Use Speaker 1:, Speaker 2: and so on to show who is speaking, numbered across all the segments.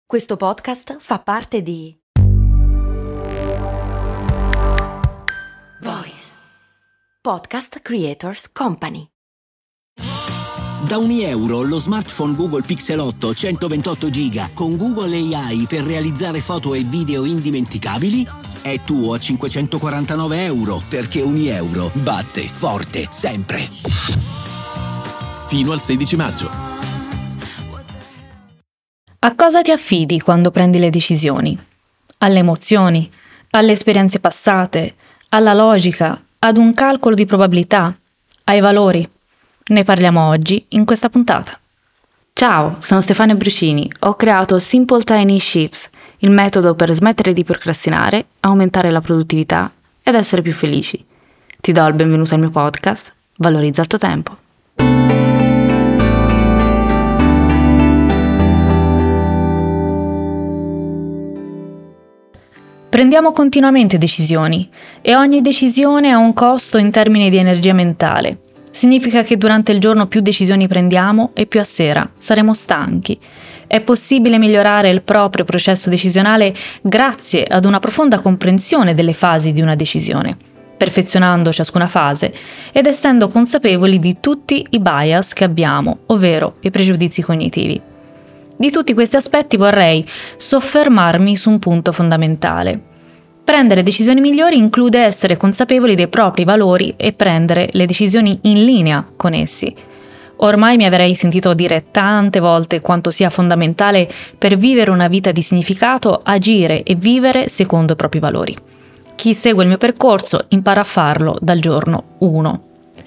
Speaker 1: Questo podcast fa parte di Voice Podcast Creators Company.
Speaker 2: Da €1 lo smartphone Google Pixel 8 128 GB con Google AI per realizzare foto e video indimenticabili è tuo a €549, perché €1 batte forte sempre.
Speaker 3: Fino al 16 maggio.
Speaker 4: A cosa ti affidi quando prendi le decisioni? Alle emozioni, alle esperienze passate, alla logica, ad un calcolo di probabilità, ai valori? Ne parliamo oggi in questa puntata. Ciao, sono Stefania Brucini. Ho creato Simple Tiny Shifts, il metodo per smettere di procrastinare, aumentare la produttività ed essere più felici. Ti do il benvenuto al mio podcast, Valorizza il tuo tempo. Prendiamo continuamente decisioni e ogni decisione ha un costo in termini di energia mentale. Significa che durante il giorno più decisioni prendiamo e più a sera saremo stanchi. È possibile migliorare il proprio processo decisionale grazie ad una profonda comprensione delle fasi di una decisione, perfezionando ciascuna fase ed essendo consapevoli di tutti i bias che abbiamo, ovvero i pregiudizi cognitivi. Di tutti questi aspetti vorrei soffermarmi su un punto fondamentale. Prendere decisioni migliori include essere consapevoli dei propri valori e prendere le decisioni in linea con essi. Ormai mi avrei sentito dire tante volte quanto sia fondamentale per vivere una vita di significato agire e vivere secondo i propri valori. Chi segue il mio percorso impara a farlo dal giorno 1.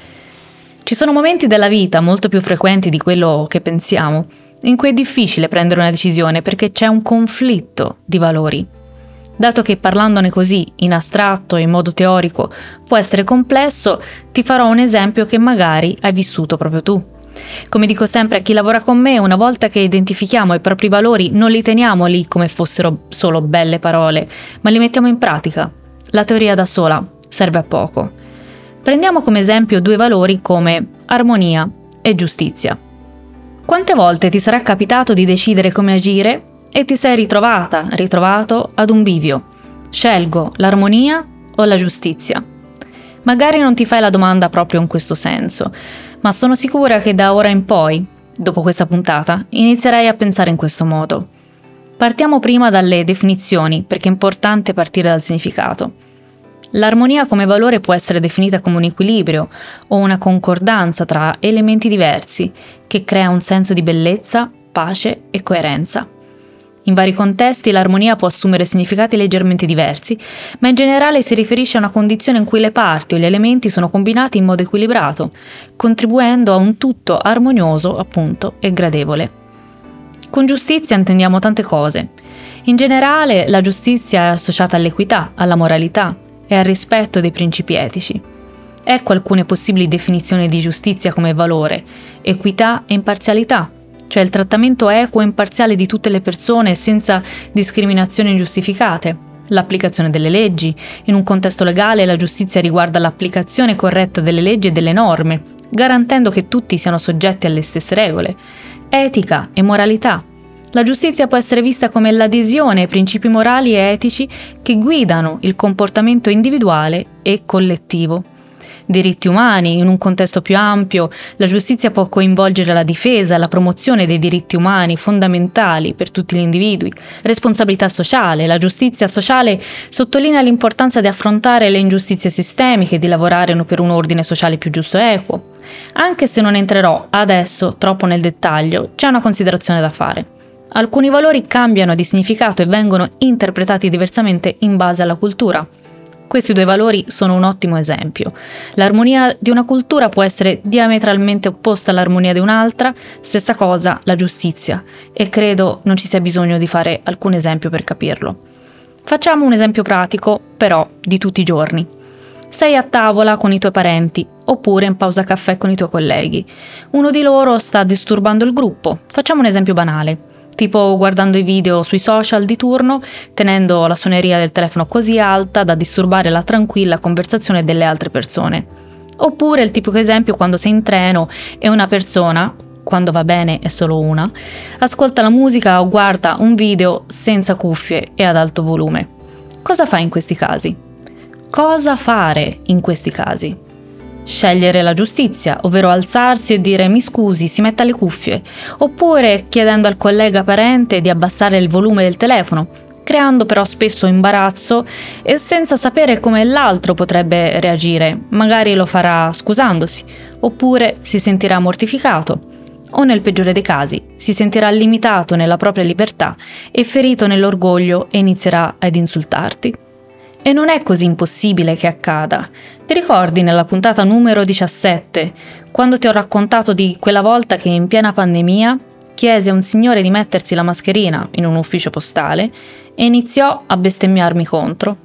Speaker 4: Ci sono momenti della vita molto più frequenti di quello che pensiamo, in cui è difficile prendere una decisione perché c'è un conflitto di valori. Dato che parlandone così, in astratto e in modo teorico, può essere complesso, ti farò un esempio che magari hai vissuto proprio tu. Come dico sempre a chi lavora con me, una volta che identifichiamo i propri valori, non li teniamo lì come fossero solo belle parole, ma li mettiamo in pratica. La teoria da sola serve a poco. Prendiamo come esempio due valori come armonia e giustizia. Quante volte ti sarà capitato di decidere come agire e ti sei ritrovato ad un bivio? Scelgo l'armonia o la giustizia? Magari non ti fai la domanda proprio in questo senso, ma sono sicura che da ora in poi, dopo questa puntata, inizierai a pensare in questo modo. Partiamo prima dalle definizioni, perché è importante partire dal significato. L'armonia come valore può essere definita come un equilibrio o una concordanza tra elementi diversi che crea un senso di bellezza, pace e coerenza. In vari contesti l'armonia può assumere significati leggermente diversi, ma in generale si riferisce a una condizione in cui le parti o gli elementi sono combinati in modo equilibrato, contribuendo a un tutto armonioso, appunto, e gradevole. Con giustizia intendiamo tante cose. In generale la giustizia è associata all'equità, alla moralità e al rispetto dei principi etici. Ecco alcune possibili definizioni di giustizia come valore: equità e imparzialità, cioè il trattamento equo e imparziale di tutte le persone senza discriminazioni ingiustificate, l'applicazione delle leggi. In un contesto legale la giustizia riguarda l'applicazione corretta delle leggi e delle norme, garantendo che tutti siano soggetti alle stesse regole. Etica e moralità. La giustizia può essere vista come l'adesione ai principi morali e etici che guidano il comportamento individuale e collettivo. Diritti umani. In un contesto più ampio, la giustizia può coinvolgere la difesa e la promozione dei diritti umani fondamentali per tutti gli individui. Responsabilità sociale. La giustizia sociale sottolinea l'importanza di affrontare le ingiustizie sistemiche e di lavorare per un ordine sociale più giusto e equo. Anche se non entrerò adesso troppo nel dettaglio, c'è una considerazione da fare. Alcuni valori cambiano di significato e vengono interpretati diversamente in base alla cultura. Questi due valori sono un ottimo esempio. L'armonia di una cultura può essere diametralmente opposta all'armonia di un'altra, stessa cosa la giustizia, e credo non ci sia bisogno di fare alcun esempio per capirlo. Facciamo un esempio pratico, però, di tutti i giorni. Sei a tavola con i tuoi parenti, oppure in pausa caffè con i tuoi colleghi. Uno di loro sta disturbando il gruppo. Facciamo un esempio banale. Tipo guardando i video sui social di turno, tenendo la suoneria del telefono così alta da disturbare la tranquilla conversazione delle altre persone. Oppure il tipico esempio quando sei in treno e una persona, quando va bene è solo una, ascolta la musica o guarda un video senza cuffie e ad alto volume. Cosa fai in questi casi? Cosa fare in questi casi? Scegliere la giustizia, ovvero alzarsi e dire mi scusi, si metta le cuffie, oppure chiedendo al collega parente di abbassare il volume del telefono, creando però spesso imbarazzo e senza sapere come l'altro potrebbe reagire. Magari lo farà scusandosi, oppure si sentirà mortificato, o nel peggiore dei casi si sentirà limitato nella propria libertà e ferito nell'orgoglio e inizierà ad insultarti. E non è così impossibile che accada. Ti ricordi nella puntata numero 17, quando ti ho raccontato di quella volta che in piena pandemia chiesi a un signore di mettersi la mascherina in un ufficio postale e iniziò a bestemmiarmi contro?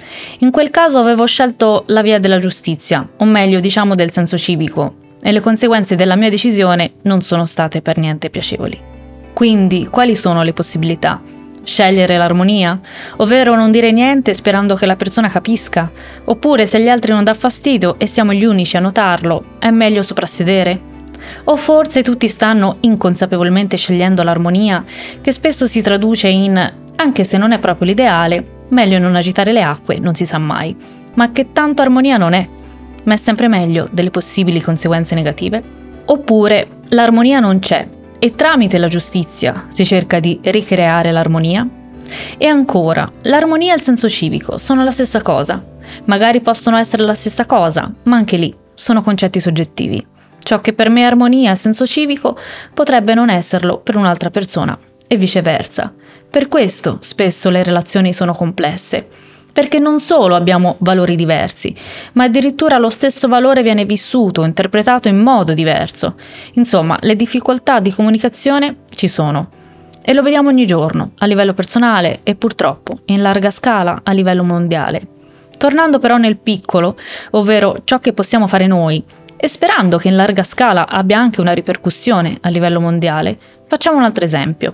Speaker 4: In quel caso avevo scelto la via della giustizia, o meglio diciamo del senso civico, e le conseguenze della mia decisione non sono state per niente piacevoli. Quindi, quali sono le possibilità? Scegliere l'armonia? Ovvero non dire niente sperando che la persona capisca? Oppure se agli altri non dà fastidio e siamo gli unici a notarlo, è meglio soprassedere? O forse tutti stanno inconsapevolmente scegliendo l'armonia, che spesso si traduce in, anche se non è proprio l'ideale, meglio non agitare le acque, non si sa mai, ma che tanto armonia non è, ma è sempre meglio delle possibili conseguenze negative? Oppure l'armonia non c'è, e tramite la giustizia si cerca di ricreare l'armonia? E ancora, l'armonia e il senso civico sono la stessa cosa. Magari possono essere la stessa cosa, ma anche lì sono concetti soggettivi. Ciò che per me è armonia e senso civico potrebbe non esserlo per un'altra persona, e viceversa. Per questo spesso le relazioni sono complesse, perché non solo abbiamo valori diversi, ma addirittura lo stesso valore viene vissuto, interpretato in modo diverso. Insomma, le difficoltà di comunicazione ci sono. E lo vediamo ogni giorno, a livello personale e purtroppo, in larga scala, a livello mondiale. Tornando però nel piccolo, ovvero ciò che possiamo fare noi, e sperando che in larga scala abbia anche una ripercussione a livello mondiale, facciamo un altro esempio.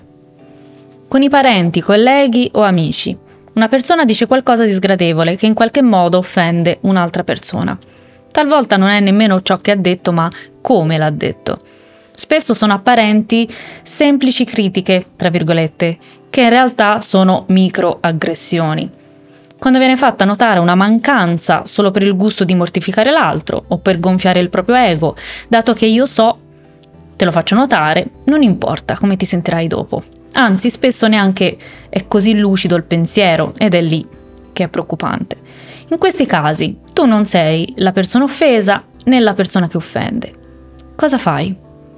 Speaker 4: Con i parenti, colleghi o amici. Una persona dice qualcosa di sgradevole che in qualche modo offende un'altra persona. Talvolta non è nemmeno ciò che ha detto, ma come l'ha detto. Spesso sono apparenti semplici critiche, tra virgolette, che in realtà sono microaggressioni. Quando viene fatta notare una mancanza solo per il gusto di mortificare l'altro o per gonfiare il proprio ego, dato che io so, te lo faccio notare, non importa come ti sentirai dopo. Anzi, spesso neanche è così lucido il pensiero ed è lì che è preoccupante. In questi casi, tu non sei la persona offesa né la persona che offende. Cosa fai?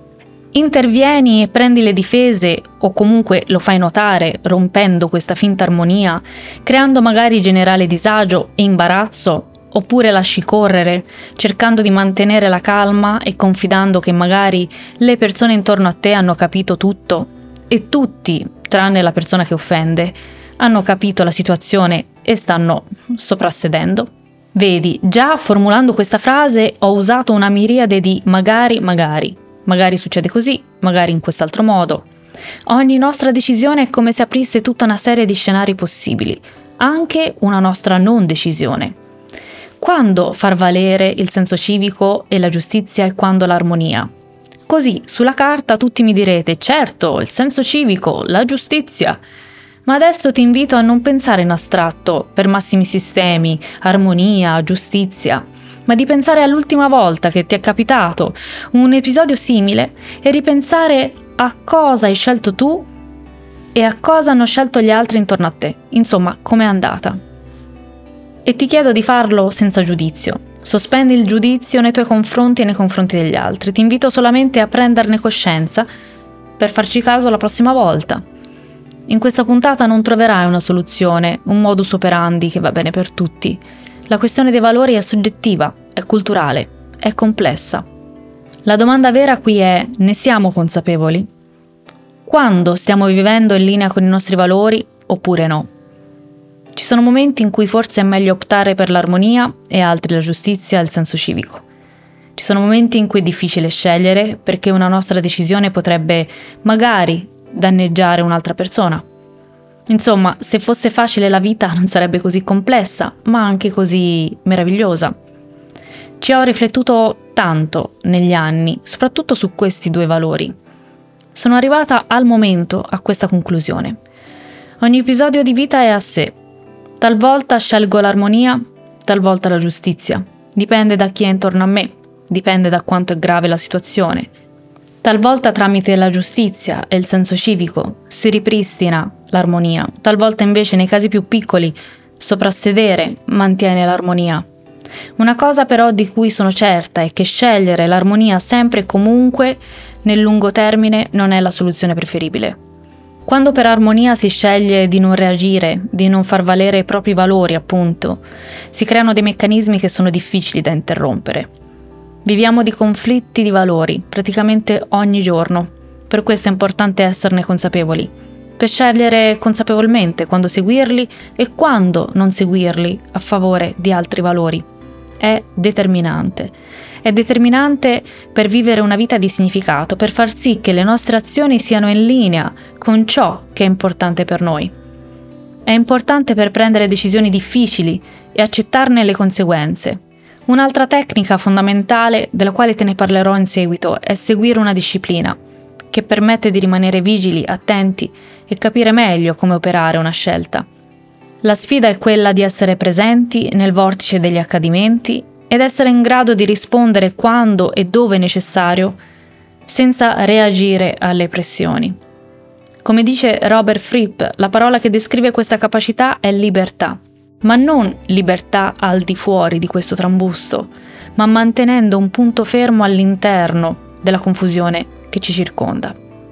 Speaker 4: Intervieni e prendi le difese o comunque lo fai notare rompendo questa finta armonia, creando magari generale disagio e imbarazzo, oppure lasci correre, cercando di mantenere la calma e confidando che magari le persone intorno a te hanno capito tutto e tutti, tranne la persona che offende, hanno capito la situazione e stanno soprassedendo? Vedi, già formulando questa frase ho usato una miriade di magari. Magari succede così, magari in quest'altro modo. Ogni nostra decisione è come se aprisse tutta una serie di scenari possibili, anche una nostra non decisione. Quando far valere il senso civico e la giustizia e quando l'armonia? Così, sulla carta tutti mi direte, certo, il senso civico, la giustizia. Ma adesso ti invito a non pensare in astratto, per massimi sistemi, armonia, giustizia, ma di pensare all'ultima volta che ti è capitato un episodio simile e ripensare a cosa hai scelto tu e a cosa hanno scelto gli altri intorno a te. Insomma, com'è andata. E ti chiedo di farlo senza giudizio. Sospendi il giudizio nei tuoi confronti e nei confronti degli altri. Ti invito solamente a prenderne coscienza per farci caso la prossima volta. In questa puntata non troverai una soluzione, un modus operandi che va bene per tutti. La questione dei valori è soggettiva, è culturale, è complessa. La domanda vera qui è: ne siamo consapevoli? Quando stiamo vivendo in linea con i nostri valori oppure no? Ci sono momenti in cui forse è meglio optare per l'armonia e altri la giustizia e il senso civico. Ci sono momenti in cui è difficile scegliere perché una nostra decisione potrebbe magari danneggiare un'altra persona. Insomma, se fosse facile la vita non sarebbe così complessa, ma anche così meravigliosa. Ci ho riflettuto tanto negli anni, soprattutto su questi due valori. Sono arrivata al momento a questa conclusione. Ogni episodio di vita è a sé. Talvolta scelgo l'armonia, talvolta la giustizia. Dipende da chi è intorno a me, dipende da quanto è grave la situazione. Talvolta tramite la giustizia e il senso civico si ripristina l'armonia, talvolta invece nei casi più piccoli soprassedere mantiene l'armonia. Una cosa però di cui sono certa è che scegliere l'armonia sempre e comunque nel lungo termine non è la soluzione preferibile. Quando per armonia si sceglie di non reagire, di non far valere i propri valori, appunto, si creano dei meccanismi che sono difficili da interrompere. Viviamo di conflitti di valori praticamente ogni giorno, per questo è importante esserne consapevoli, per scegliere consapevolmente quando seguirli e quando non seguirli a favore di altri valori. È determinante. È determinante per vivere una vita di significato, per far sì che le nostre azioni siano in linea con ciò che è importante per noi. È importante per prendere decisioni difficili e accettarne le conseguenze. Un'altra tecnica fondamentale, della quale te ne parlerò in seguito, è seguire una disciplina, che permette di rimanere vigili, attenti e capire meglio come operare una scelta. La sfida è quella di essere presenti nel vortice degli accadimenti ed essere in grado di rispondere quando e dove necessario, senza reagire alle pressioni. Come dice Robert Fripp, la parola che descrive questa capacità è libertà. Ma non libertà al di fuori di questo trambusto, ma mantenendo un punto fermo all'interno della confusione che ci circonda.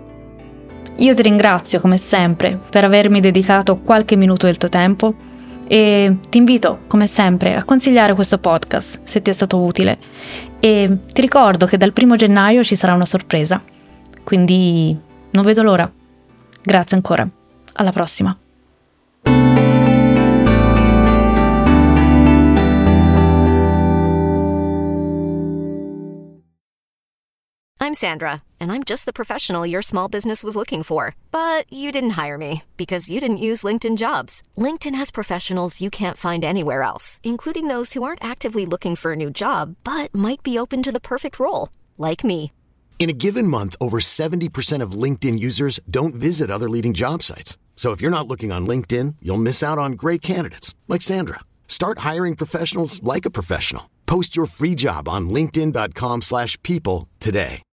Speaker 4: Io ti ringrazio come sempre per avermi dedicato qualche minuto del tuo tempo e ti invito come sempre a consigliare questo podcast se ti è stato utile e ti ricordo che dal 1 gennaio ci sarà una sorpresa, quindi non vedo l'ora. Grazie ancora, alla prossima.
Speaker 3: I'm Sandra, and I'm just the professional your small business was looking for. But you didn't hire me because you didn't use LinkedIn Jobs. LinkedIn has professionals you can't find anywhere else, including those who aren't actively looking for a new job, but might be open to the perfect role, like me.
Speaker 5: In a given month, over 70% of LinkedIn users don't visit other leading job sites. So if you're not looking on LinkedIn, you'll miss out on great candidates, like Sandra. Start hiring professionals like a professional. Post your free job on linkedin.com/people today.